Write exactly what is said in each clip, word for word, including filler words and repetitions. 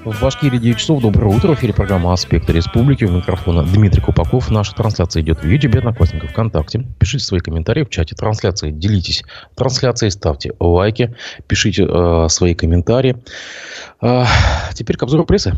В Башкирии девять часов. Доброе утро. В эфире программа «Аспекты Республики». У микрофона Дмитрий Купаков. Наша трансляция идет в YouTube, Одноклассниках, ВКонтакте. Пишите свои комментарии в чате трансляции. Делитесь трансляцией, ставьте лайки, пишите э, свои комментарии. Э, теперь к обзору прессы.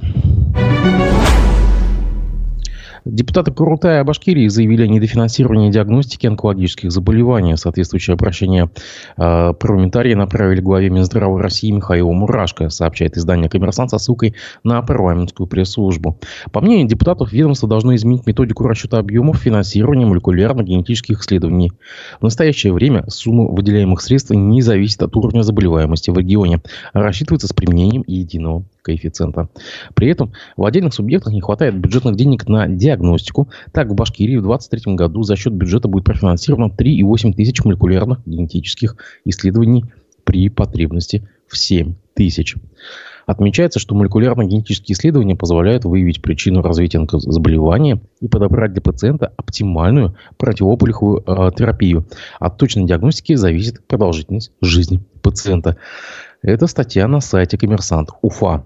Депутаты Курултая Башкирии заявили о недофинансировании диагностики онкологических заболеваний. Соответствующее обращение э, парламентарии направили главе Минздрава России Михаилу Мурашко, сообщает издание «Коммерсант» со ссылкой на парламентскую пресс-службу. По мнению депутатов, ведомство должно изменить методику расчета объемов финансирования молекулярно-генетических исследований. В настоящее время сумма выделяемых средств не зависит от уровня заболеваемости в регионе, а рассчитывается с применением единого коэффициента. При этом в отдельных субъектах не хватает бюджетных денег на диагностику. Так, в Башкирии в две тысячи двадцать третьем году за счет бюджета будет профинансировано три и восемь тысяч молекулярных генетических исследований при потребности в семь тысяч. Отмечается, что молекулярно-генетические исследования позволяют выявить причину развития онкозаболевания и подобрать для пациента оптимальную противоопухолевую э, терапию. От точной диагностики зависит продолжительность жизни пациента. Это статья на сайте «Коммерсант Уфа».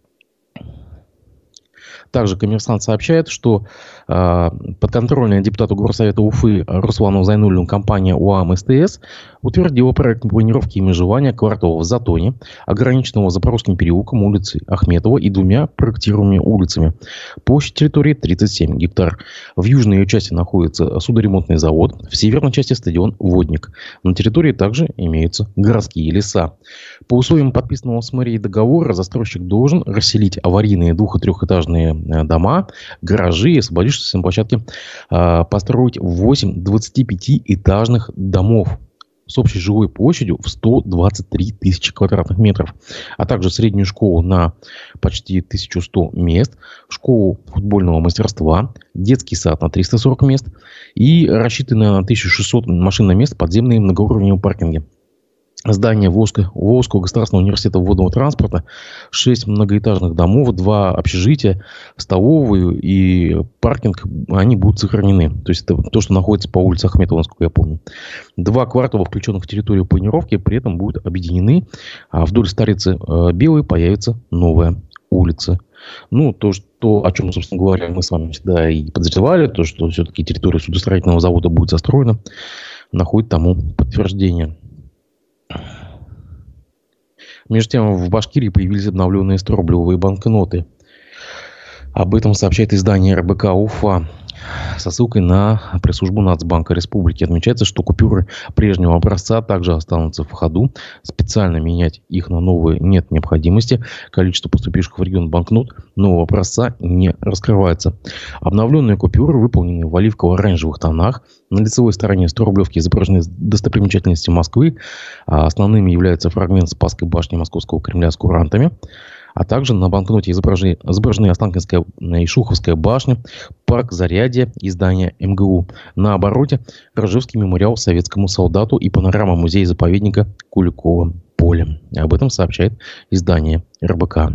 Также «Коммерсант» сообщает, что э, подконтрольная депутату Горсовета Уфы Руслану Зайнуллину компания УАМ СТС утвердила проект планировки и межевания кварталов в Затоне, ограниченного Запорожским переулком, улицей Ахметова и двумя проектируемыми улицами. Площадь территории тридцать семь гектар. В южной ее части находится судоремонтный завод, в северной части стадион «Водник». На территории также имеются городские леса. По условиям подписанного с мэрией договора застройщик должен расселить аварийные двух- и трехэтажные дома, гаражи и освободившиеся на площадке э, построить восемь двадцатипятиэтажных домов с общей жилой площадью в сто двадцать три тысячи квадратных метров, а также среднюю школу на почти тысячу сто мест, школу футбольного мастерства, детский сад на триста сорок мест и рассчитанные на тысячу шестьсот машинных мест подземные многоуровневые паркинги. Здание Волжского, Волжского государственного университета водного транспорта, шесть многоэтажных домов, два общежития, столовую и паркинг, они будут сохранены. То есть, это то, что находится по улице Ахметова, насколько я помню. Два квартала, включенных в территорию планировки, при этом будут объединены, а вдоль Старицы Белой появится новая улица. Ну, то, что, о чем, собственно говоря, мы с вами всегда и подозревали, то, что все-таки территория судостроительного завода будет застроена, находит тому подтверждение. Между тем, в Башкирии появились обновленные сто-рублевые банкноты. Об этом сообщает издание эр бэ ка Уфа со ссылкой на пресс-службу Нацбанка Республики. Отмечается, что купюры прежнего образца также останутся в ходу. Специально менять их на новые нет необходимости. Количество поступивших в регион банкнот нового образца не раскрывается. Обновленные купюры выполнены в оливково-оранжевых тонах. На лицевой стороне сто-рублевки изображены достопримечательности Москвы. А основными являются фрагмент Спасской башни Московского Кремля с курантами. А также на банкноте изображены, изображены Останкинская и Шуховская башня, парк Зарядье и здание эм гэ у. На обороте Ржевский мемориал советскому солдату и панорама музея-заповедника Куликово поле. Об этом сообщает издание эр бэ ка.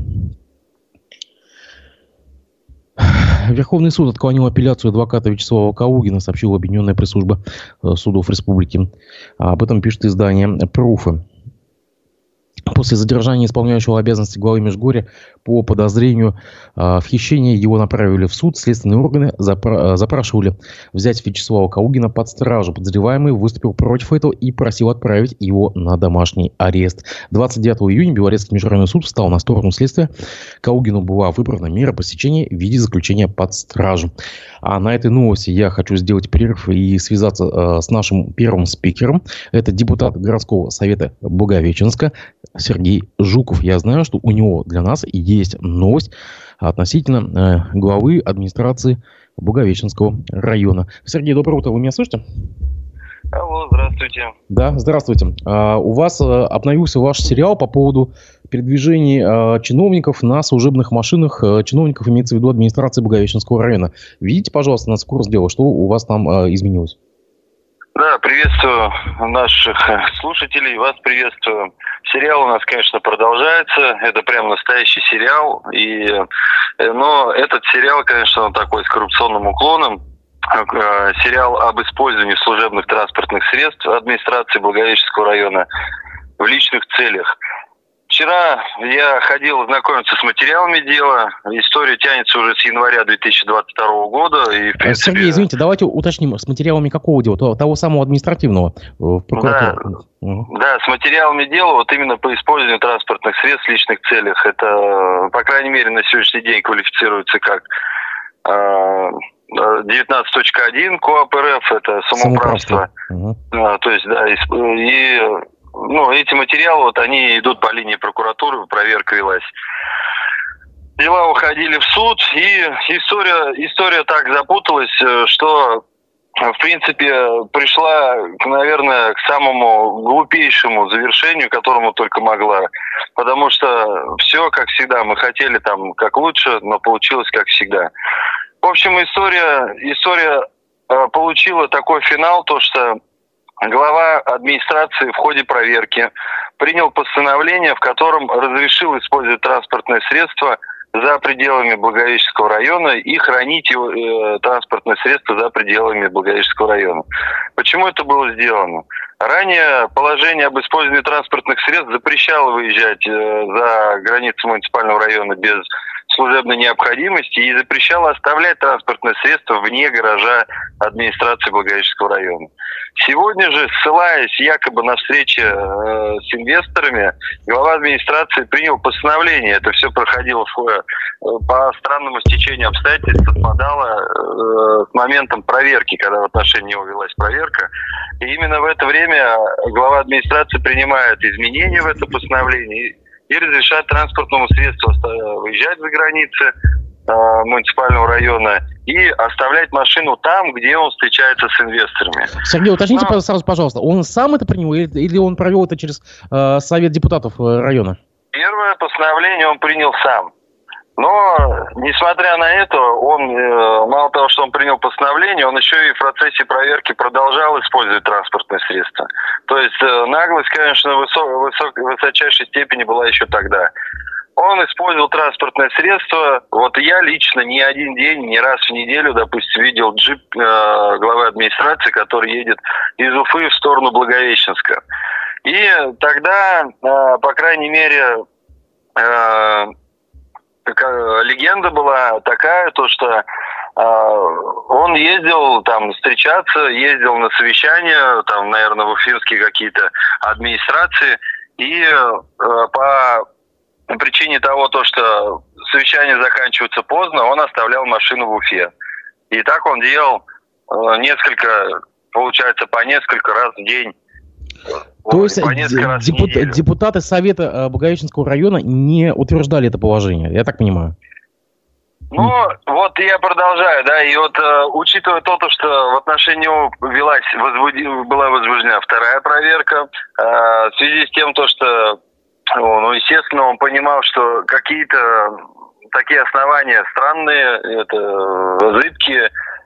Верховный суд отклонил апелляцию адвоката Вячеслава Калугина, сообщила Объединенная пресс-служба судов республики. Об этом пишет издание «Пруфы». После задержания исполняющего обязанности главы Межгорья по подозрению э, в хищении его направили в суд. Следственные органы запра- запрашивали взять Вячеслава Калугина под стражу. Подозреваемый выступил против этого и просил отправить его на домашний арест. двадцать девятого июня Белорецкий межрайонный суд встал на сторону следствия. Калугину была выбрана мера пресечения в виде заключения под стражу. А на этой новости я хочу сделать перерыв и связаться э, с нашим первым спикером. Это депутат городского совета Благовещенска Сергей Жуков. Я знаю, что у него для нас есть новость относительно э, главы администрации Благовещенского района. Сергей, доброе утро. Вы меня слышите? Алло, здравствуйте. Да, здравствуйте. А, у вас а, обновился ваш сериал по поводу передвижений а, чиновников на служебных машинах. А, чиновников имеется в виду администрации Благовещенского района. Видите, пожалуйста, нас в курс дела, что у вас там а, изменилось? Да, приветствую наших слушателей, вас приветствую. Сериал у нас, конечно, продолжается, это прям настоящий сериал, и, но этот сериал, конечно, он такой с коррупционным уклоном. Сериал об использовании служебных транспортных средств администрации Благовещенского района в личных целях. Вчера я ходил знакомиться с материалами дела. История тянется уже с января две тысячи двадцать второго года. И, в принципе... Сергей, извините, давайте уточним, с материалами какого дела? Того самого административного в прокуратуре. Да, угу. да, с материалами дела, вот именно по использованию транспортных средств в личных целях. Это, по крайней мере, на сегодняшний день квалифицируется как девятнадцать точка один КоАП РФ, это самоуправство. Угу. А, то есть, да, и... и Ну, эти материалы, вот они идут по линии прокуратуры, проверка велась. Дела уходили в суд, и история, история так запуталась, что, в принципе, пришла, наверное, к самому глупейшему завершению, которому только могла. Потому что все, как всегда, мы хотели там как лучше, но получилось как всегда. В общем, история, история получила такой финал, то что глава администрации в ходе проверки принял постановление, в котором разрешил использовать транспортное средство за пределами Благовещенского района и хранить его, э, транспортное средство за пределами Благовещенского района. Почему это было сделано? Ранее положение об использовании транспортных средств запрещало выезжать э, за границы муниципального района без служебной необходимости и запрещало оставлять транспортное средство вне гаража администрации Благовещенского района. Сегодня же, ссылаясь якобы на встрече э, с инвесторами, глава администрации принял постановление. Это все проходило в, э, по странному стечению обстоятельств, совпадало э, с моментом проверки, когда в отношении него велась проверка. И именно в это время глава администрации принимает изменения в это постановление и разрешает транспортному средству выезжать за границы э, муниципального района и оставлять машину там, где он встречается с инвесторами. Сергей, уточните Но... сразу, пожалуйста, он сам это принял или, или он провел это через э, Совет депутатов района? Первое постановление он принял сам. Но, несмотря на это, он, э, мало того, что он принял постановление, он еще и в процессе проверки продолжал использовать транспортное средство. То есть э, наглость, конечно, высок, высок, в высочайшей степени была еще тогда. Он использовал транспортное средство. Вот я лично не один день, не раз в неделю, допустим, видел джип э, главы администрации, который едет из Уфы в сторону Благовещенска. И тогда, э, по крайней мере, э, легенда была такая, то что э, он ездил там встречаться, ездил на совещания, там, наверное, в уфимские какие-то администрации, и э, по причине того, то, что совещания заканчиваются поздно, он оставлял машину в Уфе. И так он делал э, несколько, получается, по несколько раз в день. То есть депут, депутаты Совета Благовещенского района не утверждали это положение, я так понимаю? Ну, mm. вот я продолжаю, да, и вот э, учитывая то, что в отношении него велась, возбуди, была возбуждена вторая проверка, э, в связи с тем, то, что, ну, естественно, он понимал, что какие-то такие основания странные, это зыбкие.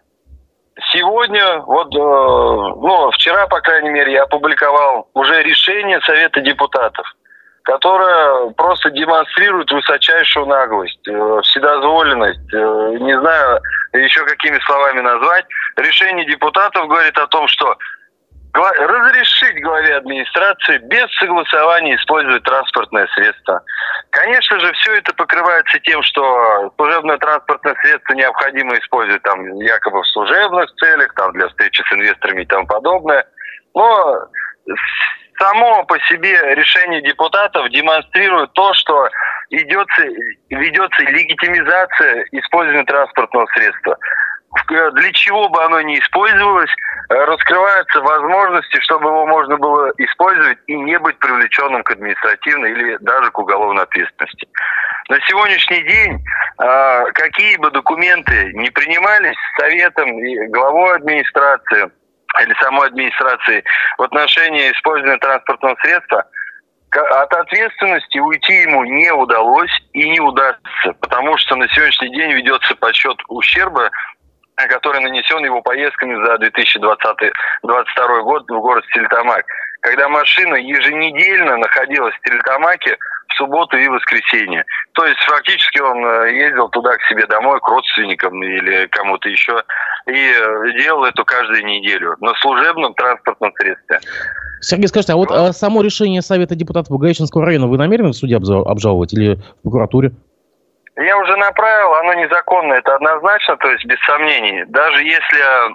Сегодня, вот, э, ну, вчера, по крайней мере, я опубликовал уже решение Совета депутатов, которое просто демонстрирует высочайшую наглость, э, вседозволенность, э, не знаю еще какими словами назвать. Решение депутатов говорит о том, что разрешить главе администрации без согласования использовать транспортное средство. Конечно же, все это покрывается тем, что служебное транспортное средство необходимо использовать там якобы в служебных целях, там для встречи с инвесторами и тому подобное. Но само по себе решение депутатов демонстрирует то, что идется, ведется легитимизация использования транспортного средства. Для чего бы оно ни использовалось, раскрываются возможности, чтобы его можно было использовать и не быть привлеченным к административной или даже к уголовной ответственности. На сегодняшний день какие бы документы ни принимались Советом и главой администрации или самой администрации в отношении использования транспортного средства, от ответственности уйти ему не удалось и не удастся, потому что на сегодняшний день ведется подсчет ущерба, который нанесен его поездками за две тысячи двадцатый — двадцать второй год в город Стерлитамак, когда машина еженедельно находилась в Стерлитамаке в субботу и воскресенье. То есть фактически он ездил туда к себе домой, к родственникам или кому-то еще. и делал это каждую неделю на служебном транспортном средстве. Сергей, скажите, а вот а, само решение Совета депутатов Благовещенского района вы намерены в суде обжаловать или в прокуратуре? Я уже направил, оно незаконно, это однозначно, то есть без сомнений. Даже если,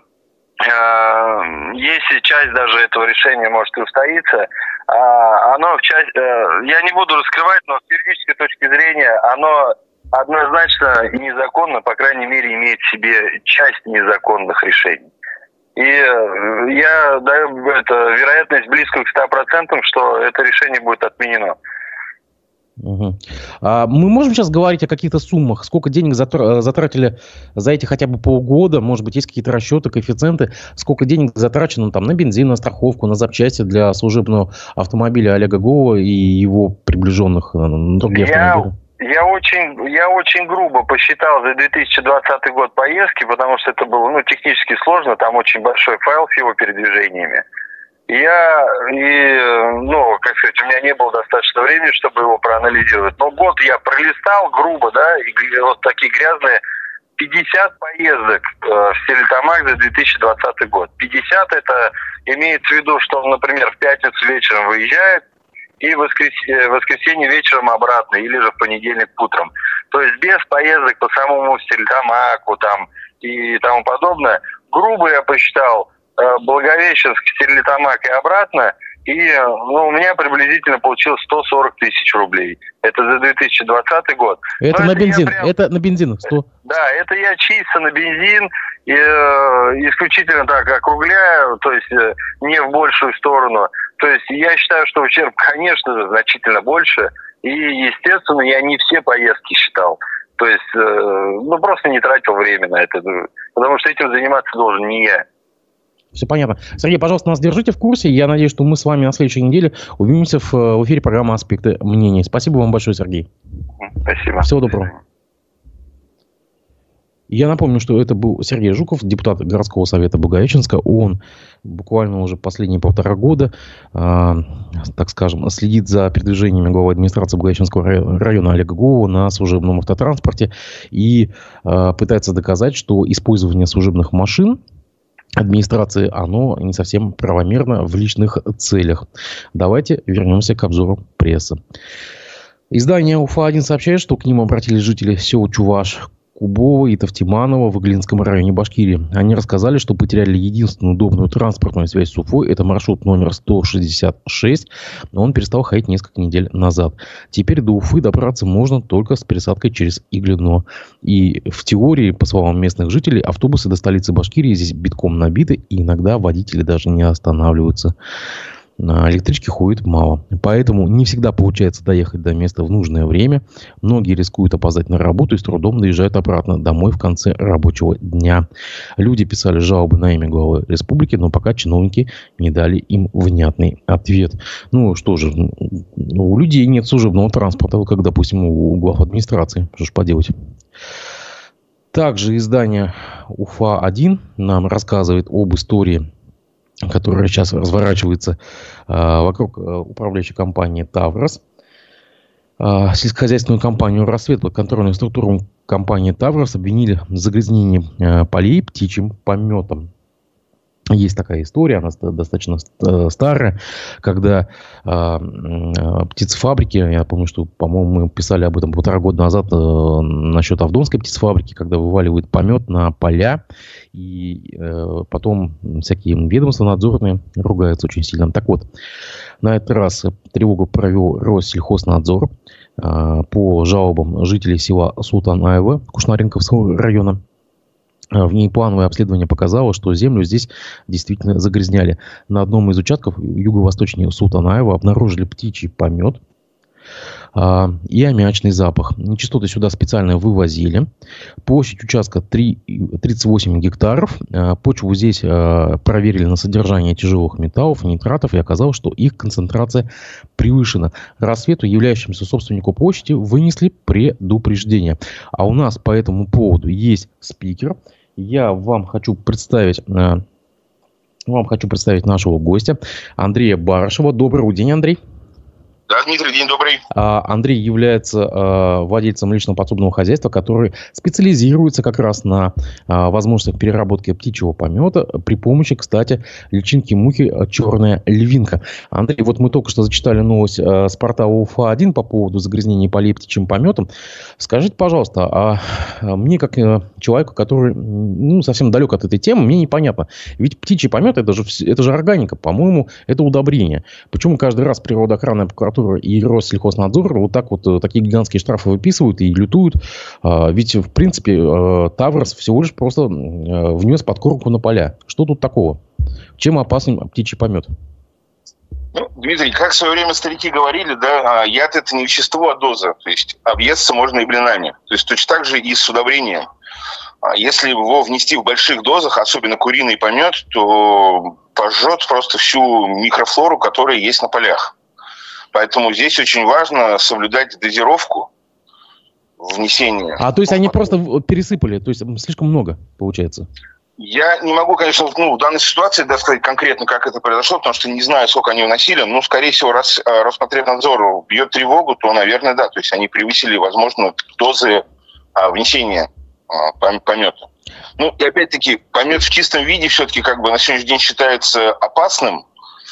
э, если часть даже этого решения может и устоится, э, оно в часть, э, я не буду раскрывать, но с юридической точки зрения оно однозначно незаконно, по крайней мере, имеет в себе часть незаконных решений. И я даю это, вероятность близкую к ста процентам, что это решение будет отменено. Угу. А мы можем сейчас говорить о каких-то суммах? Сколько денег затратили за эти хотя бы полгода? Может быть, есть какие-то расчеты, коэффициенты? Сколько денег затрачено там, на бензин, на страховку, на запчасти для служебного автомобиля Олега Голова и его приближенных на другие я, автомобили? Я очень, я очень грубо посчитал за две тысячи двадцатый год поездки, потому что это было ну, технически сложно, там очень большой файл с его передвижениями. Я, и, ну, как сказать, у меня не было достаточно времени, чтобы его проанализировать. Но год я пролистал грубо, да, и вот такие грязные пятьдесят поездок э, в Стерлитамак за две тысячи двадцатый год. пятьдесят это имеется в виду, что он, например, в пятницу вечером выезжает, и в воскресенье, воскресенье вечером обратно, или же в понедельник утром. То есть без поездок по самому Стерлитамаку там и тому подобное. Грубо я посчитал, Благовещенск, Стерлитамак и обратно, и ну, у меня приблизительно получилось сто сорок тысяч рублей. Это за две тысячи двадцатый год. Это Но на это бензин, прям... это на бензин. сто Да, это я чисто на бензин, и, э, исключительно так округляю, то есть э, не в большую сторону. То есть я считаю, что ущерб, конечно же, значительно больше, и, естественно, я не все поездки считал. То есть, э, ну, просто не тратил время на это, потому что этим заниматься должен не я. Все понятно. Сергей, пожалуйста, нас держите в курсе. Я надеюсь, что мы с вами на следующей неделе увидимся в, в эфире программы «Аспекты мнений». Спасибо вам большое, Сергей. Спасибо. Всего доброго. Я напомню, что это был Сергей Жуков, депутат городского совета Благовещенска. Он буквально уже последние полтора года, э, так скажем, следит за передвижениями главы администрации Благовещенского района Олега Голова на служебном автотранспорте и э, пытается доказать, что использование служебных машин администрации, оно не совсем правомерно в личных целях. Давайте вернемся к обзору прессы. Издание Уфа один сообщает, что к ним обратились жители сел Чуваш, Кубова и Тавтиманова в Иглинском районе Башкирии. Они рассказали, что потеряли единственную удобную транспортную связь с Уфой. Это маршрут номер сто шестьдесят шесть. Он перестал ходить несколько недель назад. Теперь до Уфы добраться можно только с пересадкой через Иглино. И в теории, по словам местных жителей, автобусы до столицы Башкирии здесь битком набиты. И иногда водители даже не останавливаются. На электричке ходит мало. Поэтому не всегда получается доехать до места в нужное время. Многие рискуют опоздать на работу и с трудом доезжают обратно домой в конце рабочего дня. Люди писали жалобы на имя главы республики, но пока чиновники не дали им внятный ответ. Ну что же, у людей нет служебного транспорта, как, допустим, у глав администрации. Что ж поделать. Также издание Уфа один нам рассказывает об истории, которая сейчас разворачивается э, вокруг э, управляющей компании «Таврос». Э, сельскохозяйственную компанию «Рассвет» под контрольной структурой компании «Таврос» обвинили в загрязнении э, полей птичьим пометом. Есть такая история, она достаточно старая, когда э, птицефабрики, я помню, что, по-моему, мы писали об этом полтора года назад э, насчет Авдонской птицефабрики, когда вываливают помет на поля, и э, потом всякие ведомства надзорные ругаются очень сильно. Так вот, на этот раз тревогу провел Россельхознадзор э, по жалобам жителей села Султан-Айва Кушнаренковского района. Внеплановое обследование показало, что землю здесь действительно загрязняли. На одном из участков юго-восточнее Султан-Айва обнаружили птичий помет а, и аммиачный запах. Нечистоты сюда специально вывозили. Площадь участка тридцать восемь гектаров. А, почву здесь а, проверили на содержание тяжелых металлов, нитратов, и оказалось, что их концентрация превышена. Рассвету, являющемуся собственнику площади, вынесли предупреждение. А у нас по этому поводу есть спикер. Я вам хочу представить, вам хочу представить нашего гостя Андрея Барышева. Добрый день, Андрей. Да, Дмитрий, день добрый. Андрей является владельцем личного подсобного хозяйства, который специализируется как раз на возможностях переработки птичьего помета при помощи, кстати, личинки мухи «Черная львинка». Андрей, вот мы только что зачитали новость с портала Уфа один по поводу загрязнения полей птичьим пометом. Скажите, пожалуйста, а мне, как человеку, который ну, совсем далек от этой темы, мне непонятно. Ведь птичий помет это же, это же органика, по-моему, это удобрение. Почему каждый раз природоохранная прокуратура и Россельхознадзор вот так вот такие гигантские штрафы выписывают и лютуют? Ведь, в принципе, Таврос всего лишь просто внес подкормку на поля. Что тут такого? Чем опасен птичий помет? Ну, Дмитрий, как в свое время старики говорили, да, яд – это не вещество, а доза. То есть объесться можно и блинами. То есть точно так же и с удобрением. Если его внести в больших дозах, особенно куриный помет, то пожжет просто всю микрофлору, которая есть на полях. Поэтому здесь очень важно соблюдать дозировку внесения. А то есть они просто пересыпали, то есть слишком много получается? Я не могу, конечно, ну, в данной ситуации да, сказать конкретно, как это произошло, потому что не знаю, сколько они вносили. Но, скорее всего, раз Роспотребнадзор бьет тревогу, то, наверное, да. То есть они превысили, возможно, дозы а, внесения а, помета. Ну, и опять-таки, помет в чистом виде все-таки как бы на сегодняшний день считается опасным.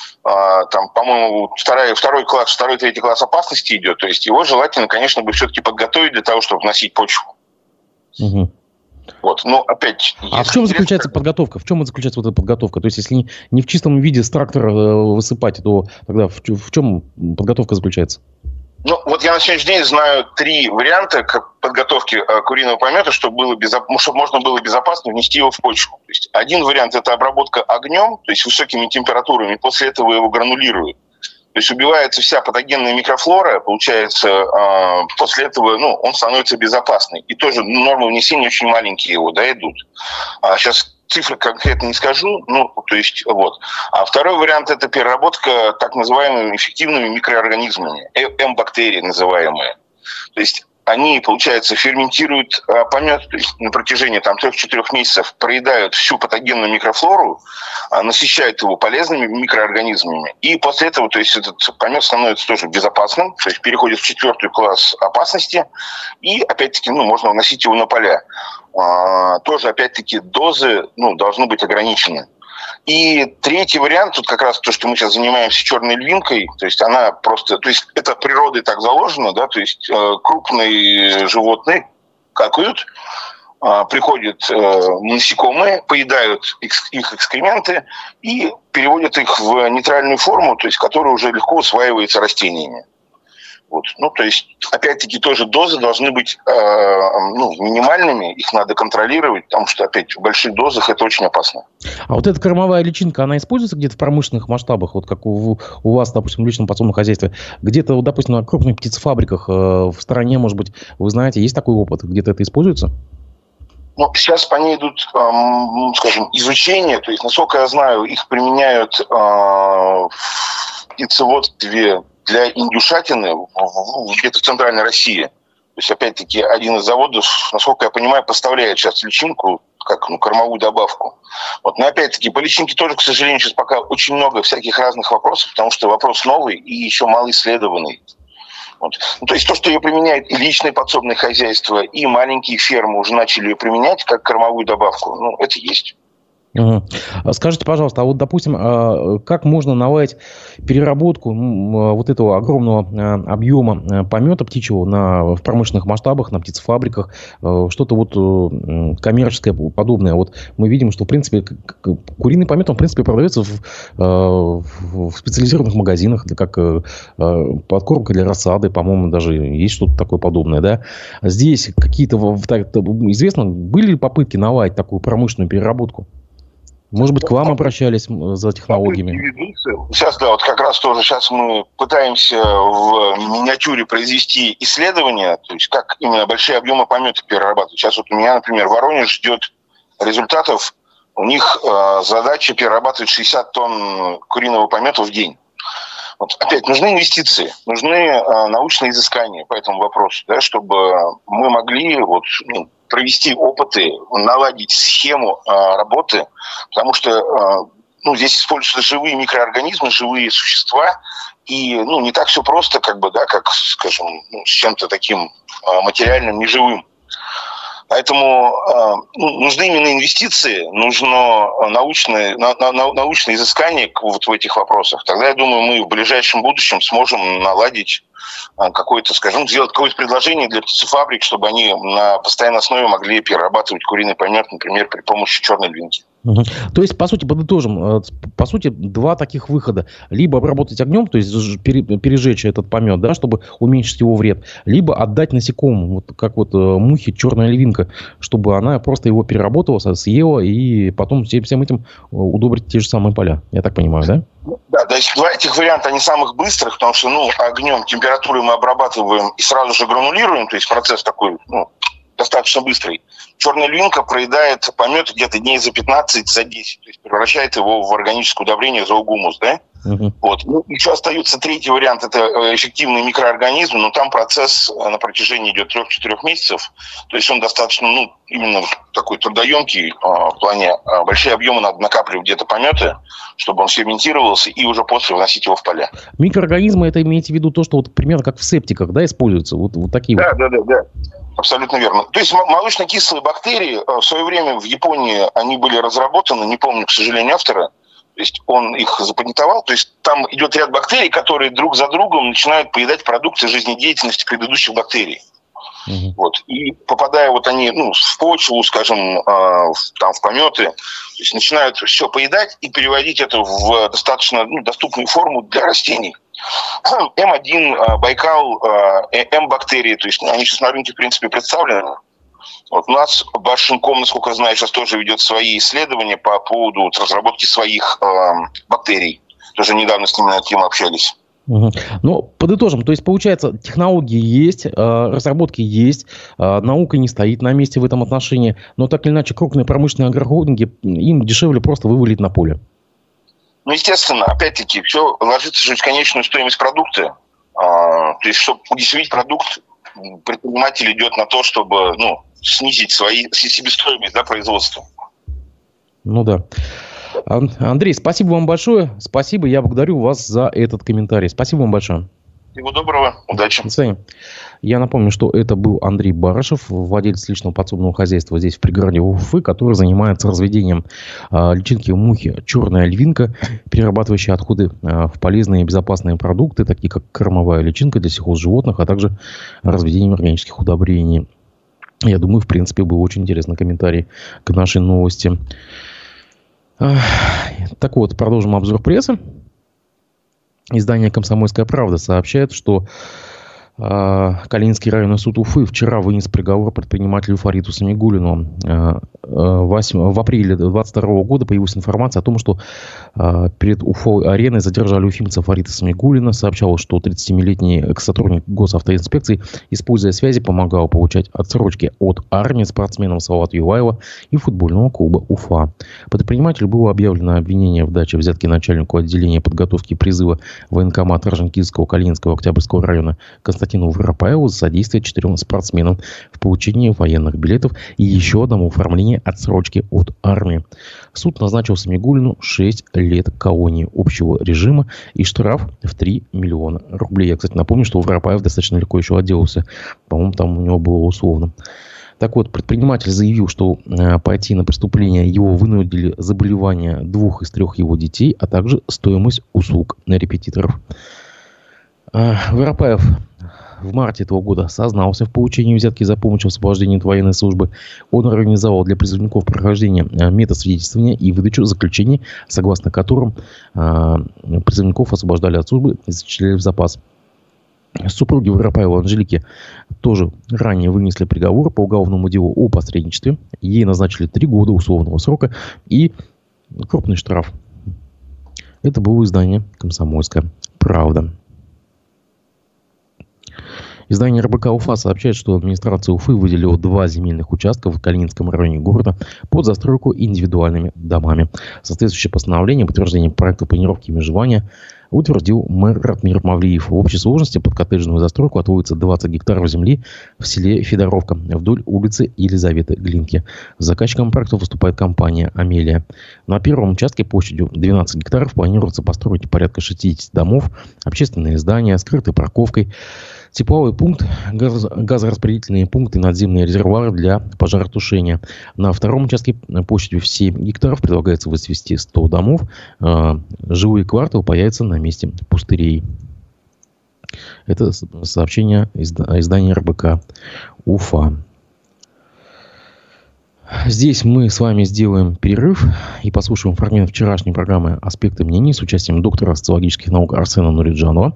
Там, по-моему, второй, второй класс, второй, третий класс опасности идет. То есть его желательно, конечно, бы все-таки подготовить для того, чтобы вносить почву. Угу. Вот, но опять... А в чем заключается как... подготовка? В чем заключается вот эта подготовка? То есть если не, не в чистом виде с трактора высыпать, то тогда в, в чем подготовка заключается? Ну, вот я на сегодняшний день знаю три варианта подготовки э, куриного помета, чтобы, было безо... чтобы можно было безопасно внести его в почву. То есть один вариант – это обработка огнем, то есть высокими температурами, после этого его гранулируют. То есть убивается вся патогенная микрофлора, получается, э, после этого ну, он становится безопасный. И тоже нормы внесения очень маленькие его да, идут. А сейчас цифры конкретно не скажу, ну, то есть, вот. А второй вариант – это переработка так называемыми эффективными микроорганизмами, М-бактерии называемые. То есть они, получается, ферментируют помет, то есть на протяжении там трех-четырех месяцев проедают всю патогенную микрофлору, насыщают его полезными микроорганизмами. И после этого, то есть этот помет становится тоже безопасным, то есть переходит в четвертый класс опасности, и опять-таки, ну, можно вносить его на поля. А, тоже, опять-таки, дозы, ну, должны быть ограничены. И третий вариант, тут как раз то, что мы сейчас занимаемся черной львинкой, то есть она просто, то есть это природой так заложено, да, то есть э, крупные животные какают, э, приходят э, насекомые, поедают их, их экскременты и переводят их в нейтральную форму, то есть которая уже легко усваивается растениями. Вот. Ну, то есть, опять-таки, тоже дозы должны быть э, ну, минимальными, их надо контролировать, потому что, опять, в больших дозах это очень опасно. А вот эта кормовая личинка, она используется где-то в промышленных масштабах, вот как у, у вас, допустим, в личном подсобном хозяйстве? Где-то, вот, допустим, на крупных птицефабриках э, в стране, может быть, вы знаете, есть такой опыт? Где-то это используется? Ну, сейчас по ней идут, эм, скажем, изучения, то есть, насколько я знаю, их применяют э, в птицеводстве для индюшатины где-то в центральной России. То есть, опять-таки, один из заводов, насколько я понимаю, поставляет сейчас личинку, как ну, кормовую добавку. Вот. Но, опять-таки, по личинке тоже, к сожалению, сейчас пока очень много всяких разных вопросов, потому что вопрос новый и еще мало исследованный. Вот. Ну, то есть то, что ее применяет и личное подсобное хозяйство, и маленькие фермы уже начали ее применять как кормовую добавку, ну, это есть. Угу. Скажите, пожалуйста, а вот, допустим, как можно наладить переработку вот этого огромного объема помета птичьего на, в промышленных масштабах, на птицефабриках, что-то вот коммерческое подобное? Вот мы видим, что, в принципе, куриный помет, он, в принципе, продается в, в специализированных магазинах, как подкормка для рассады, по-моему, даже есть что-то такое подобное, да? Здесь какие-то, известно, были ли попытки наладить такую промышленную переработку? Может быть, к вам обращались за технологиями? Сейчас, да, вот как раз тоже сейчас мы пытаемся в миниатюре произвести исследования, то есть как именно большие объемы помета перерабатывать. Сейчас вот у меня, например, Воронеж ждет результатов. У них э, задача перерабатывать шестьдесят тонн куриного помета в день. Вот, опять, нужны инвестиции, нужны э, научные изыскания по этому вопросу, да, чтобы мы могли вот, ну, провести опыты, наладить схему э, работы, потому что э, ну, здесь используются живые микроорганизмы, живые существа, и, ну, не так все просто, как бы, да, как, скажем, ну, с чем-то таким а, материальным, неживым. Поэтому а, ну, нужны именно инвестиции, нужно научное, на, на, научное изыскание вот в этих вопросах. Тогда, я думаю, мы в ближайшем будущем сможем наладить а, какое-то, скажем, сделать какое-то предложение для птицефабрик, чтобы они на постоянной основе могли перерабатывать куриный помет, например, при помощи черной львинки. Угу. То есть, по сути, подытожим, по сути, два таких выхода. Либо обработать огнем, то есть пережечь этот помет, да, чтобы уменьшить его вред, либо отдать насекомым, вот как вот мухи, черная львинка, чтобы она просто его переработала, съела и потом всем, всем этим удобрить те же самые поля. Я так понимаю, да? Да, то есть два этих варианта, они самых быстрых, потому что, ну, огнем, температурой мы обрабатываем и сразу же гранулируем, то есть процесс такой, ну, достаточно быстрый. Черная львинка проедает помет где-то дней за пятнадцать, за десять, то есть превращает его в органическое удобрение, зоогумус, да? Uh-huh. Вот. Ну, еще остается третий вариант, это эффективные микроорганизмы, но там процесс на протяжении идет трех-четырех месяцев, то есть он достаточно, ну, именно такой трудоемкий, в плане большие объемы надо накапливать где-то пометы, чтобы он ферментировался, и уже после вносить его в поля. Микроорганизмы, это имеете в виду то, что вот примерно как в септиках, да, используются, вот, вот такие да, вот? Да, да, да, абсолютно верно. То есть молочно-кислые бактерии в свое время в Японии, они были разработаны, не помню, к сожалению, автора, то есть он их запатентовал, то есть там идет ряд бактерий, которые друг за другом начинают поедать продукты жизнедеятельности предыдущих бактерий. Uh-huh. Вот. И попадая вот они, ну, в почву, скажем, э, в, там, в пометы, то есть начинают все поедать и переводить это в достаточно, ну, доступную форму для растений. эм один, Байкал, М-бактерии, то есть они сейчас на рынке, в принципе, представлены. Вот у нас Башинком, насколько я знаю, сейчас тоже ведет свои исследования по поводу вот, разработки своих э, бактерий. Тоже недавно с ними на эту тему общались. Угу. Ну, подытожим, то есть, получается, технологии есть, э, разработки есть, э, наука не стоит на месте в этом отношении, но так или иначе крупные промышленные агрохолдинги, им дешевле просто вывалить на поле. Ну, естественно, опять-таки, все ложится же в конечную стоимость продукта. Э, то есть, чтобы удешевить продукт, предприниматель идет на то, чтобы, ну, снизить свои себестоимость, да, производства. Ну да. Андрей, спасибо вам большое. Спасибо, я благодарю вас за этот комментарий. Спасибо вам большое. Всего доброго, удачи. До свидания. Я напомню, что это был Андрей Барышев, владелец личного подсобного хозяйства здесь в пригороде Уфы, который занимается разведением э, личинки мухи черная львинка, перерабатывающая отходы э, в полезные и безопасные продукты, такие как кормовая личинка для сельхозживотных, а также разведением органических удобрений. Я думаю, в принципе, был очень интересный комментарий к нашей новости. Так вот, продолжим обзор прессы. Издание «Комсомольская правда» сообщает, что э, Калининский районный суд Уфы вчера вынес приговор предпринимателю Фариту Самигуллину. Э, в апреле двадцать второго года появилась информация о том, что э, перед Уфой-ареной задержали уфимца Фарита Самигуллина. Сообщалось, что тридцатисемилетний экс-сотрудник госавтоинспекции, используя связи, помогал получать отсрочки от армии спортсменам Салавата Юлаева и футбольного клуба Уфа. Предпринимателю было объявлено обвинение в даче взятки начальнику отделения подготовки и призыва военкомата Орджоникидзевского, Калининского, Октябрьского района Константину Воропаеву за содействие четырем спортсменам в получении военных билетов и еще одному оформлению отсрочки от армии. Суд назначил Самигуллину шесть лет колонии общего режима и штраф в три миллиона рублей. Я, кстати, напомню, что Воропаев достаточно легко еще отделался. По-моему, там у него было условно. Так вот, предприниматель заявил, что э, пойти на преступление его вынудили заболевания двух из трех его детей, а также стоимость услуг на репетиторов. Э, Воропаев в марте этого года сознался в получении взятки за помощь в освобождении от военной службы. Он организовал для призывников прохождение метасвидетельствования и выдачу заключений, согласно которым э, призывников освобождали от службы и зачисляли в запас. Супруги Воропаева Анжелики тоже ранее вынесли приговор по уголовному делу о посредничестве. Ей назначили три года условного срока и крупный штраф. Это было издание «Комсомольская правда». Издание эр бэ ка Уфа сообщает, что администрация Уфы выделила два земельных участка в Калининском районе города под застройку индивидуальными домами. Соответствующее постановление о подтверждении проекта планировки и межевания утвердил мэр Ратмир Мавлиев. В общей сложности под коттеджную застройку отводится двадцать гектаров земли в селе Федоровка вдоль улицы Елизаветы Глинки. Заказчиком проекта выступает компания «Амелия». На первом участке площадью двенадцать гектаров планируется построить порядка шестьдесят домов, общественные здания, скрытой парковкой, тепловой пункт, газ, газораспределительные пункты, надземные резервуары для пожаротушения. На втором участке площадью в семь гектаров предлагается возвести сто домов. Э, жилые кварталы появятся на месте пустырей. Это сообщение из издания эр бэ ка Уфа. Здесь мы с вами сделаем перерыв и послушаем фрагмент вчерашней программы «Аспекты мнений» с участием доктора социологических наук Арсена Нуриджанова.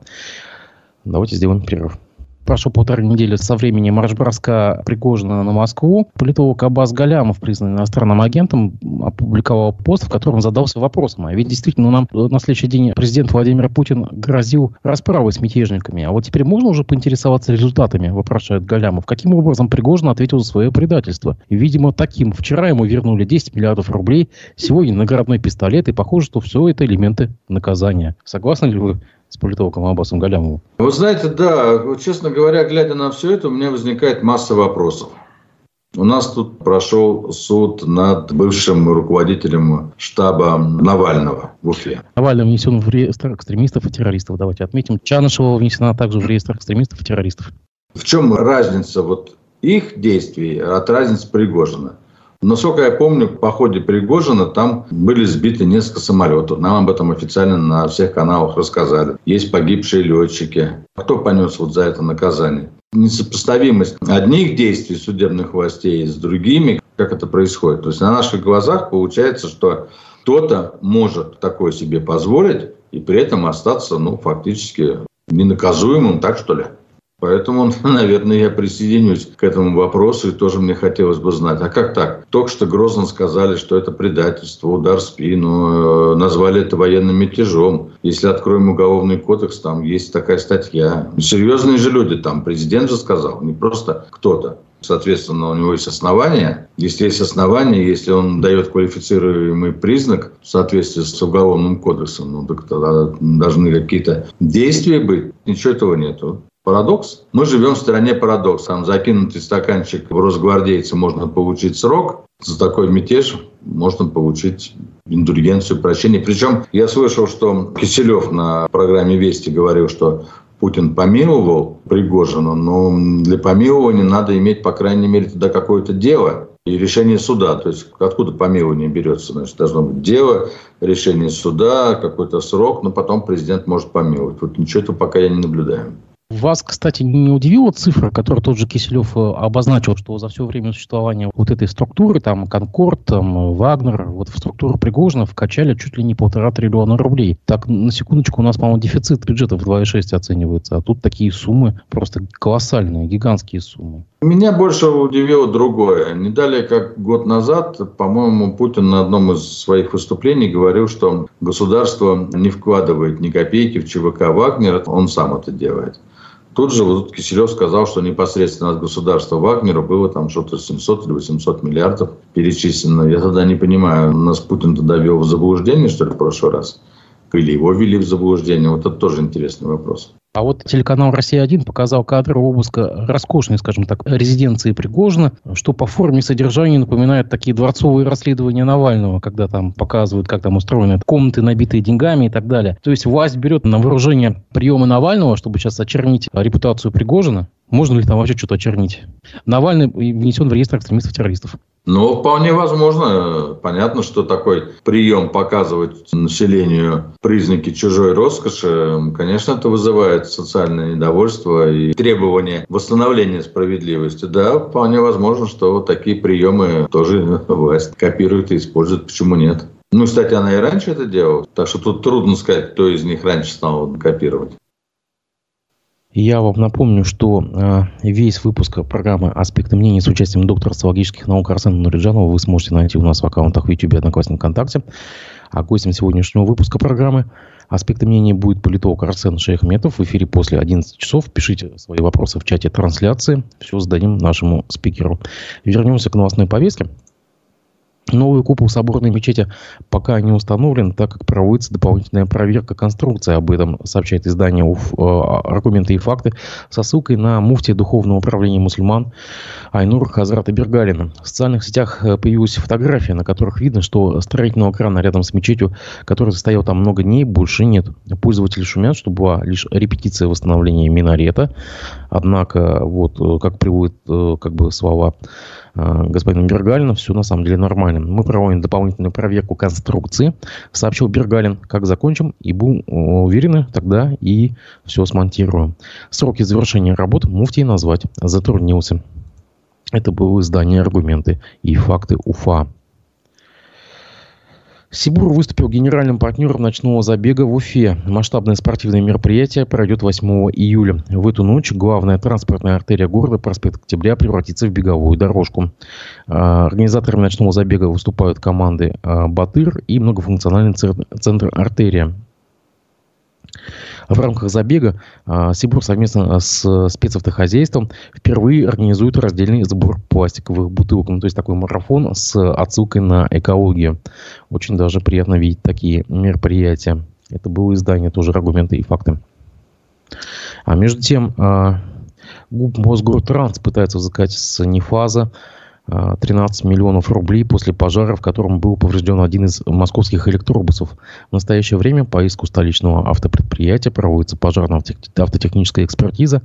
Давайте сделаем перерыв. Прошло полторы недели со времени марш-броска Пригожина на Москву. Политолог Аббас Галямов, признанный иностранным агентом, опубликовал пост, в котором задался вопросом. А ведь действительно нам на следующий день президент Владимир Путин грозил расправой с мятежниками. А вот теперь можно уже поинтересоваться результатами, вопрошает Галямов. Каким образом Пригожин ответил за свое предательство? И, видимо, таким. Вчера ему вернули десять миллиардов рублей, сегодня наградной пистолет, и похоже, что все это элементы наказания. Согласны ли вы с политологом Аббасом Галямовым? Вы знаете, да, честно говоря, глядя на все это, у меня возникает масса вопросов. У нас тут прошел суд над бывшим руководителем штаба Навального в Уфе. Навальный внесен в реестр экстремистов и террористов. Давайте отметим. Чанышева внесена также в реестр экстремистов и террористов. В чем разница вот их действий от разницы Пригожина? Насколько я помню, по ходе Пригожина там были сбиты несколько самолетов. Нам об этом официально на всех каналах рассказали. Есть погибшие летчики. Кто понес вот за это наказание? Несопоставимость одних действий судебных властей с другими, как это происходит. То есть на наших глазах получается, что кто-то может такое себе позволить и при этом остаться, ну, фактически ненаказуемым, так что ли? Поэтому, наверное, я присоединюсь к этому вопросу, и тоже мне хотелось бы знать, а как так? Только что грозно сказали, что это предательство, удар в спину, назвали это военным мятежом. Если откроем уголовный кодекс, там есть такая статья. Серьезные же люди там, президент же сказал, не просто кто-то. Соответственно, у него есть основания. Если есть основания, если он дает квалифицируемый признак в соответствии с уголовным кодексом, ну, так тогда должны какие-то действия быть. Ничего этого нету. Парадокс. Мы живем в стране парадокса. Там закинутый стаканчик в росгвардейца можно получить срок. За такой мятеж можно получить индульгенцию, прощение. Причем я слышал, что Киселев на программе «Вести» говорил, что Путин помиловал Пригожина, но для помилования надо иметь, по крайней мере, тогда какое-то дело и решение суда. То есть откуда помилование берется? Значит, должно быть дело, решение суда, какой-то срок, но потом президент может помиловать. Вот ничего этого пока я не наблюдаю. Вас, кстати, не удивила цифра, которую тот же Киселев обозначил, что за все время существования вот этой структуры, там, Конкорд, там, Вагнер, вот в структуру Пригожина вкачали чуть ли не полтора триллиона рублей. Так, на секундочку, у нас, по-моему, дефицит бюджета в два и шесть оценивается, а тут такие суммы просто колоссальные, гигантские суммы. Меня больше удивило другое. Не далее, как год назад, по-моему, Путин на одном из своих выступлений говорил, что государство не вкладывает ни копейки в ЧВК «Вагнер», он сам это делает. Тут же вот Киселев сказал, что непосредственно от государства Вагнера было там что-то семьсот или восемьсот миллиардов перечислено. Я тогда не понимаю, нас Путин тогда вел в заблуждение, что ли, в прошлый раз? Или его ввели в заблуждение? Вот это тоже интересный вопрос. А вот телеканал «Россия один» показал кадры обыска роскошной, скажем так, резиденции Пригожина, что по форме и содержанию напоминает такие дворцовые расследования Навального, когда там показывают, как там устроены комнаты, набитые деньгами и так далее. То есть власть берет на вооружение приемы Навального, чтобы сейчас очернить репутацию Пригожина. Можно ли там вообще что-то очернить? Навальный внесен в реестр экстремистов-террористов. Ну, вполне возможно. Понятно, что такой прием показывать населению признаки чужой роскоши, конечно, это вызывает социальное недовольство и требование восстановления справедливости. Да, вполне возможно, что вот такие приемы тоже власть копирует и использует. Почему нет? Ну, кстати, она и раньше это делала. Так что тут трудно сказать, кто из них раньше стал копировать. Я вам напомню, что э, весь выпуск программы «Аспекты мнений» с участием доктора социологических наук Арсена Нуриджанова вы сможете найти у нас в аккаунтах в YouTube и Одноклассниках, ВКонтакте. А гостем сегодняшнего выпуска программы «Аспекты мнений» будет политолог Арсен Шейхметов. В эфире после одиннадцати часов. Пишите свои вопросы в чате трансляции. Все зададим нашему спикеру. Вернемся к новостной повестке. Новый купол соборной мечети пока не установлен, так как проводится дополнительная проверка конструкции. Об этом сообщает издание УФ, «Аргументы и факты» со ссылкой на муфтия Духовного управления мусульман Айнура Хазрата Бергалина. В социальных сетях появилась фотография, на которых видно, что строительного крана рядом с мечетью, который стоял там много дней, больше нет. Пользователи шумят, что была лишь репетиция восстановления минарета. Однако, вот, как приводят как бы, слова господина Бергалина, все на самом деле нормально. Мы проводим дополнительную проверку конструкции, сообщил Бергалин. Как закончим и будем уверены, тогда и все смонтируем. Сроки завершения работ муфтий назвать затруднился. Это было издание «Аргументы и факты» УФА. Сибур выступил генеральным партнером ночного забега в Уфе. Масштабное спортивное мероприятие пройдет восьмого июля. В эту ночь главная транспортная артерия города, проспект Октября, превратится в беговую дорожку. Организаторами ночного забега выступают команды «Батыр» и многофункциональный центр «Артерия». В рамках забега Сибур совместно с спецавтохозяйством впервые организует раздельный сбор пластиковых бутылок. Ну, то есть такой марафон с отсылкой на экологию. Очень даже приятно видеть такие мероприятия. Это было издание тоже «Аргументы и факты». А между тем, ГУП Мосгортранс пытается взыскать с Нефаза тринадцать миллионов рублей после пожара, в котором был поврежден один из московских электробусов. В настоящее время по иску столичного автопредприятия проводится пожарно-автотехническая экспертиза.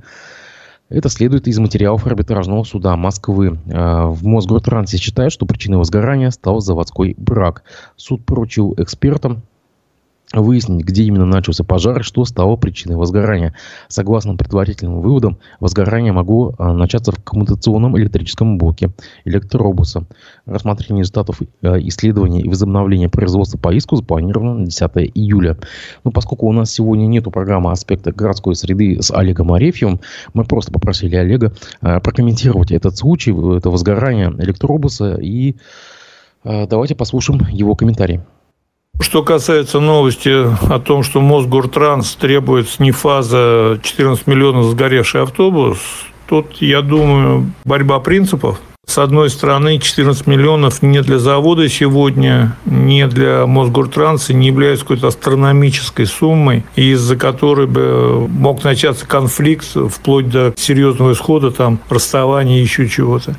Это следует из материалов арбитражного суда Москвы. В Мосгортрансе считают, что причиной возгорания стал заводской брак. Суд поручил экспертам выяснить, где именно начался пожар и что стало причиной возгорания. Согласно предварительным выводам, возгорание могло начаться в коммутационном электрическом блоке электробуса. Рассмотрение результатов исследования и возобновления производства по иску запланировано на десятого июля. Но поскольку у нас сегодня нету программы «Аспекты городской среды» с Олегом Арефьевым, мы просто попросили Олега прокомментировать этот случай, это возгорание электробуса, и давайте послушаем его комментарий. Что касается новости о том, что Мосгортранс требует с Нефаза четырнадцать миллионов за сгоревший автобус, тут, я думаю, борьба принципов. С одной стороны, четырнадцать миллионов не для завода сегодня, не для Мосгортранса не являются какой-то астрономической суммой, из-за которой бы мог начаться конфликт вплоть до серьезного исхода, там, расставания и еще чего-то.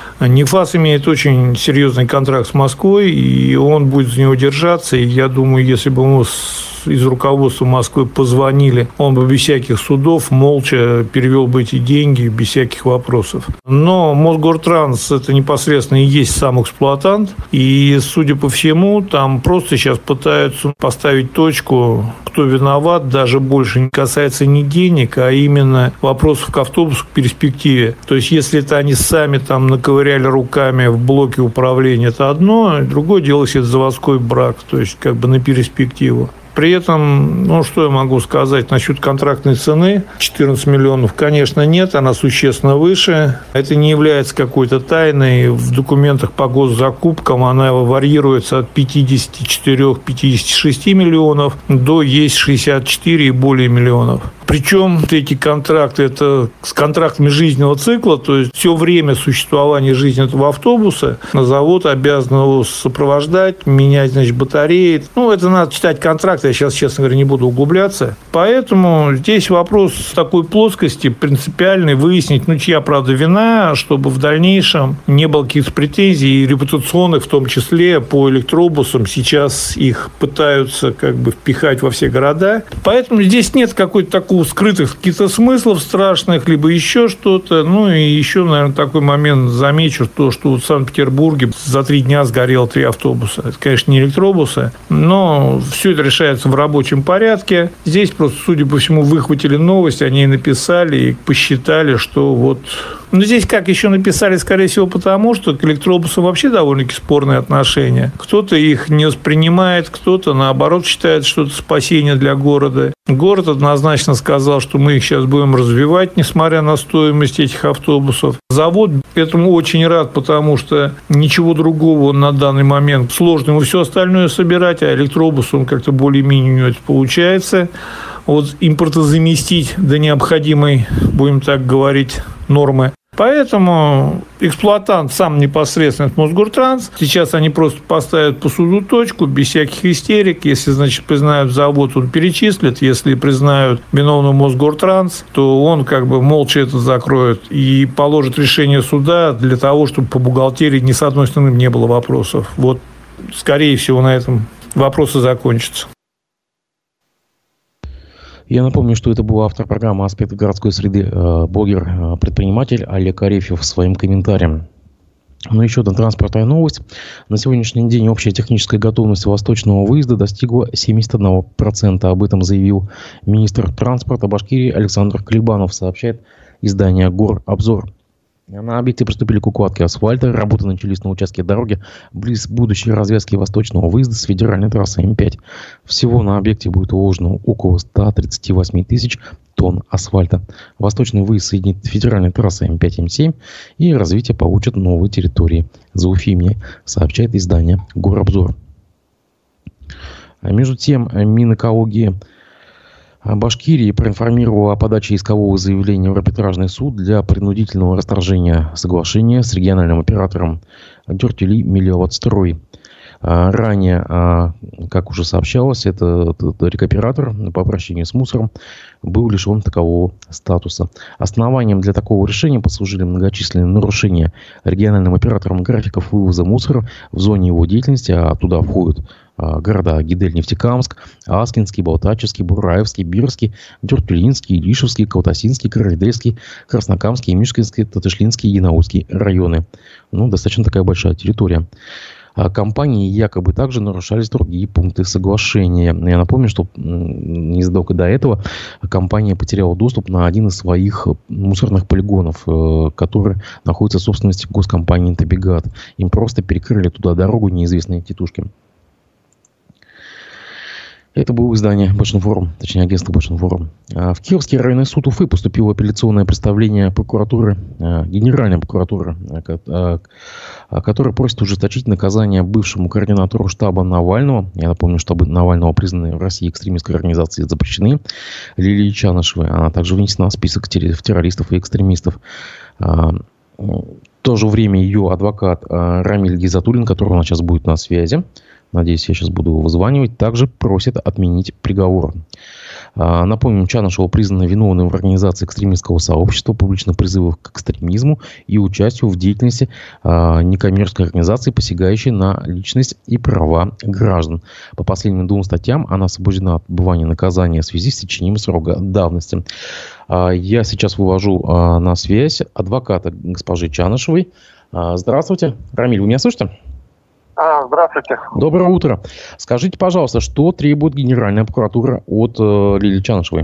Нефаз имеет очень серьезный контракт с Москвой, и он будет за него держаться. И я думаю, если бы ему из руководства Москвы позвонили, он бы без всяких судов молча перевел бы эти деньги, без всяких вопросов. Но Мосгортранс – это непосредственно и есть сам эксплуатант. И, судя по всему, там просто сейчас пытаются поставить точку, кто виноват, даже больше не касается не денег, а именно вопросов к автобусу, к перспективе. То есть, если это они сами там наковыряли руками в блоке управления, это одно, другое дело, если это заводской брак, то есть как бы на перспективу. При этом, ну, что я могу сказать насчет контрактной цены? четырнадцать миллионов, конечно, нет, она существенно выше. Это не является какой-то тайной. В документах по госзакупкам она варьируется от пятьдесят четыре - пятьдесят шесть миллионов до есть шестьдесят четыре и более миллионов. Причем эти контракты – это с контрактами жизненного цикла, то есть все время существования жизни этого автобуса на завод обязан его сопровождать, менять, значит, батареи. Ну, это надо читать контракты, я сейчас, честно говоря, не буду углубляться. Поэтому здесь вопрос в такой плоскости принципиальный, выяснить, ну, чья, правда, вина, чтобы в дальнейшем не было каких-то претензий, и репутационных в том числе по электробусам. Сейчас их пытаются как бы впихать во все города. Поэтому здесь нет какой-то такой скрытых каких-то смыслов страшных, либо еще что-то. Ну, и еще, наверное, такой момент замечу, то, что в Санкт-Петербурге за три дня сгорело три автобуса. Это, конечно, не электробусы, но все это решается в рабочем порядке. Здесь просто, судя по всему, выхватили новость, они написали и посчитали, что вот... Но здесь как еще написали, скорее всего, потому что к электробусам вообще довольно-таки спорные отношения. Кто-то их не воспринимает, кто-то, наоборот, считает, что это спасение для города. Город однозначно сказал, что мы их сейчас будем развивать, несмотря на стоимость этих автобусов. Завод этому очень рад, потому что ничего другого на данный момент сложно ему все остальное собирать, а электробус, он как-то более-менее у него это получается. Вот импортозаместить до необходимой, будем так говорить, нормы. Поэтому эксплуатант сам непосредственно это Мосгортранс. Сейчас они просто поставят по суду точку, без всяких истерик. Если, значит, признают завод, он перечислит. Если признают виновным Мосгортранс, то он как бы молча это закроет и положит решение суда для того, чтобы по бухгалтерии ни с одной стороны не было вопросов. Вот, скорее всего, на этом вопросы закончатся. Я напомню, что это был автор программы «Аспекты городской среды», блогер-предприниматель Олег Арефьев своим комментарием. Но еще одна транспортная новость. На сегодняшний день общая техническая готовность восточного выезда достигла семьдесят один процент. Об этом заявил министр транспорта Башкирии Александр Клебанов, сообщает издание «Горобзор». На объекте приступили к укладке асфальта. Работы начались на участке дороги близ будущей развязки восточного выезда с федеральной трассы эм пять. Всего на объекте будет уложено около ста тридцати восьми тысяч тонн асфальта. Восточный выезд соединит федеральной трассой эм пять эм семь, и развитие получит новые территории Зауфимии, сообщает издание «Горобзор». А между тем, Минэкологии Башкирии проинформировала о подаче искового заявления в арбитражный суд для принудительного расторжения соглашения с региональным оператором Дюртюли Мелиотстрой. Ранее, как уже сообщалось, этот рекоператор по обращению с мусором был лишен такового статуса. Основанием для такого решения послужили многочисленные нарушения региональным оператором графиков вывоза мусора в зоне его деятельности, а туда входят города Гидель-Нефтекамск, Аскинский, Балтачевский, Бураевский, Бирский, Дюртюлинский, Илишевский, Калтасинский, Карайдельский, Краснокамский, Мишкинский, Татышлинский и Янаульский районы. Ну, достаточно такая большая территория. Компании якобы также нарушались другие пункты соглашения. Я напомню, что незадолго до этого компания потеряла доступ на один из своих мусорных полигонов, который находится в собственности госкомпании «Табигат». Им просто перекрыли туда дорогу неизвестные тетушки. Это было издание «Башинформ», точнее агентство «Башинформ». В Кировский районный суд Уфы поступило апелляционное представление прокуратуры, Генеральной прокуратуры, которая просит ужесточить наказание бывшему координатору штаба Навального. Я напомню, штабы Навального признаны в России экстремистской организацией запрещены. Лилии Чанышевой. Она также внесена в список террористов и экстремистов. В то же время ее адвокат Рамиль Гизатуллин, который у нас сейчас будет на связи, надеюсь, я сейчас буду его вызванивать, также просит отменить приговор. Напомним, Чанышева признана виновной в организации экстремистского сообщества, публичных призывов к экстремизму и участию в деятельности некоммерческой организации, посягающей на личность и права граждан. По последним двум статьям она освобождена от отбывания наказания в связи с течением срока давности. Я сейчас вывожу на связь адвоката госпожи Чанышевой. Здравствуйте. Рамиль, вы меня слышите? А, здравствуйте. Доброе утро. Скажите, пожалуйста, что требует Генеральная прокуратура от э, Лилии Чанышевой?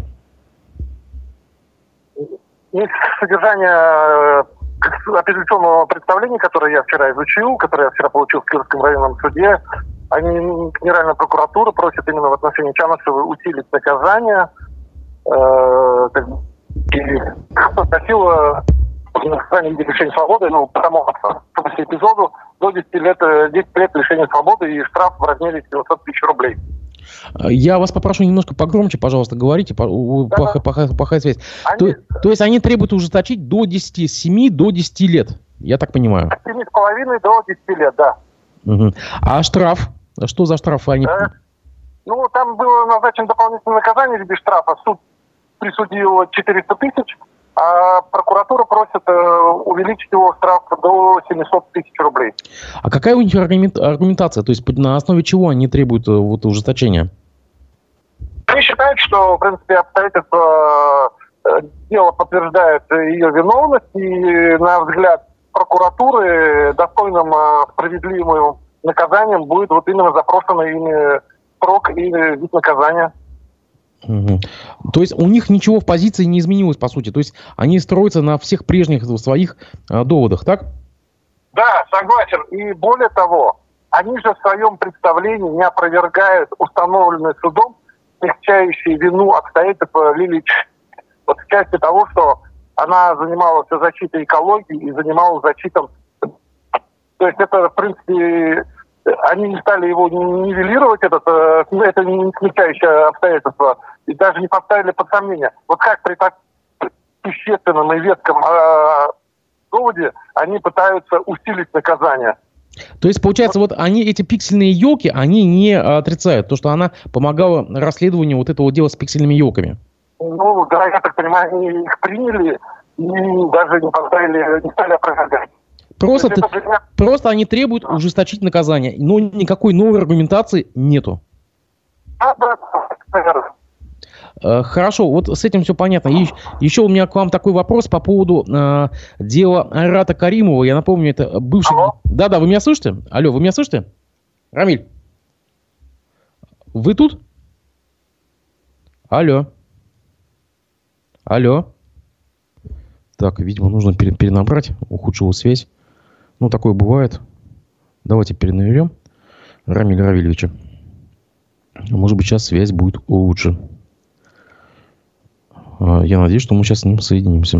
Из содержания апелляционного представления, которое я вчера изучил, которое я вчера получил в Кировском районном суде, они, Генеральная прокуратура просит именно в отношении Чанышевой усилить наказание э, и попросила наказание в виде лишения свободы, ну, по тому эпизоду до десяти лет, десять лет лишения свободы и штраф в размере семьсот тысяч рублей. Я вас попрошу немножко погромче, пожалуйста, говорите, Да. плохая, плохая, плохая связь. Они... То, то есть они требуют ужесточить до десяти, с семи до десяти лет, я так понимаю. От семи с половиной до десяти лет, да. Угу. А штраф? Что за штраф они? Да. Ну, там было назначено дополнительное наказание в виде штрафа. Суд присудил четыреста тысяч, а прокуратура просит э, увеличить его штраф до семисот тысяч рублей. А какая у них аргументация? То есть на основе чего они требуют вот, ужесточения? Они считают, что, в принципе, обстоятельства э, дела подтверждают ее виновность, и, на взгляд прокуратуры, достойным э, справедливым наказанием будет вот именно запрошенный ими срок и вид наказания. Угу. То есть у них ничего в позиции не изменилось, по сути. То есть они строятся на всех прежних своих а, доводах, так? Да, согласен. И более того, они же в своем представлении не опровергают установленные судом смягчающие вину обстоятельства Лилии Чанышевой. Вот в части того, что она занималась защитой экологии и занималась защитой... То есть это, в принципе... Они не стали его нивелировать, этот, это не смягчающее обстоятельство, и даже не поставили под сомнение. Вот как при так существенном и ветком э, доводе они пытаются усилить наказание. То есть, получается, вот они, эти пиксельные елки, они не отрицают то, что она помогала расследованию вот этого дела с пиксельными елками. Ну, да, я так понимаю, они их приняли и даже не поставили, не стали опровергать. Просто, ты, меня... просто они требуют ужесточить наказание, но никакой новой аргументации нету. Да, да, наверное. Хорошо, вот с этим все понятно. И еще у меня к вам такой вопрос по поводу э, дела Айрата Каримова. Я напомню, это бывший... Алло? Да-да, вы меня слышите? Алло, вы меня слышите? Рамиль? Вы тут? Алло? Алло? Так, видимо, нужно перенабрать. Ухудшила связь. Ну, такое бывает. Давайте перенаберем Рамиля Равильевича. Может быть, сейчас связь будет лучше. Я надеюсь, что мы сейчас с ним соединимся.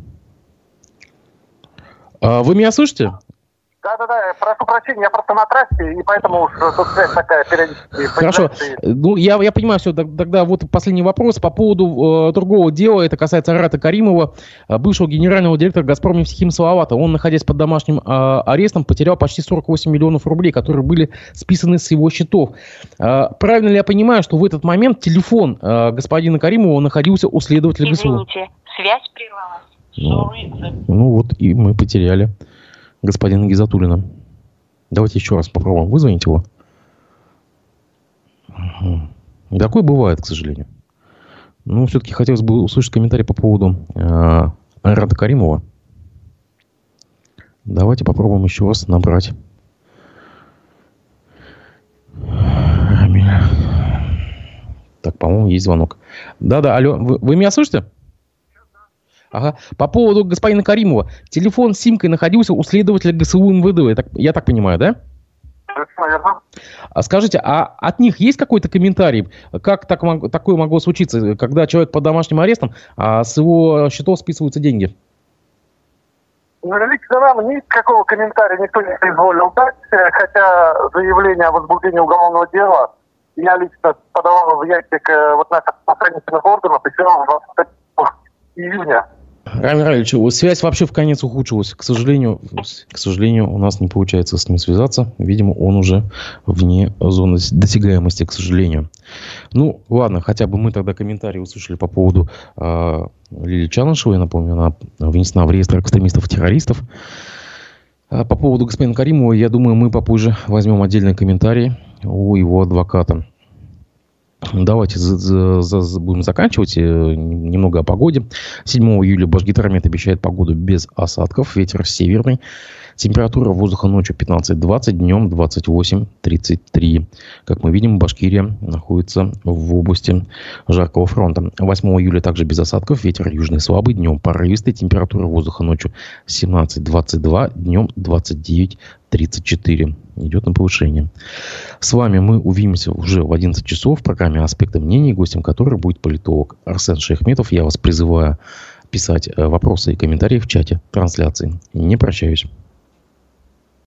Вы меня слышите? Да-да-да, прошу прощения, я просто на трассе, и поэтому уж тут связь такая периодически. Хорошо. Ну, я, я понимаю все. Тогда вот последний вопрос по поводу э, другого дела. Это касается Айрата Каримова, бывшего генерального директора «Газпром-нефтехим» Салавата. Он, находясь под домашним э, арестом, потерял почти сорок восемь миллионов рублей, которые были списаны с его счетов. Э, правильно ли я понимаю, что в этот момент телефон э, господина Каримова находился у следователя ГСУ? Извините, связь прервалась. Ну, ну вот и мы потеряли господина Гизатуллина. Давайте еще раз попробуем вызвонить его. Такое бывает, к сожалению. Ну, все-таки хотелось бы услышать комментарий по поводу э, Айрата Каримова. Давайте попробуем еще раз набрать. Так, по-моему, есть звонок. Да-да, алло, вы, вы меня слышите? Ага. По поводу господина Каримова. Телефон с симкой находился у следователя ГСУ МВД. Я так, я так понимаю, да? Наверное. А скажите, а от них есть какой-то комментарий? Как так, такое могло случиться, когда человек под домашним арестом, а с его счетов списываются деньги? Ну, лично нам никакого комментария никто не позволил дать, хотя заявление о возбуждении уголовного дела я лично подавал в ящик вот наших правоохранительных органов еще двадцать пятого июня. Рамиль Равильевич, связь вообще в конец ухудшилась. К сожалению, к сожалению, у нас не получается с ним связаться. Видимо, он уже вне зоны досягаемости, к сожалению. Ну, ладно, хотя бы мы тогда комментарии услышали по поводу э, Лилии Чанышевой. Я напомню, она внесена в реестр экстремистов и террористов. А по поводу господина Каримова, я думаю, мы попозже возьмем отдельный комментарий у его адвоката. Давайте за, за, за, будем заканчивать. Немного о погоде. седьмого июля Башгидромет обещает погоду без осадков. Ветер северный. Температура воздуха ночью пятнадцать двадцать, днем двадцать восемь тридцать три. Как мы видим, Башкирия находится в области жаркого фронта. восьмого июля также без осадков. Ветер южный слабый, днем порывистый. Температура воздуха ночью семнадцать двадцать два, днем двадцать девять тридцать четыре. Идет на повышение. С вами мы увидимся уже в одиннадцать часов в программе «Аспекты мнений», гостем которой будет политолог Арсен Шейхметов. Я вас призываю писать вопросы и комментарии в чате трансляции. Не прощаюсь.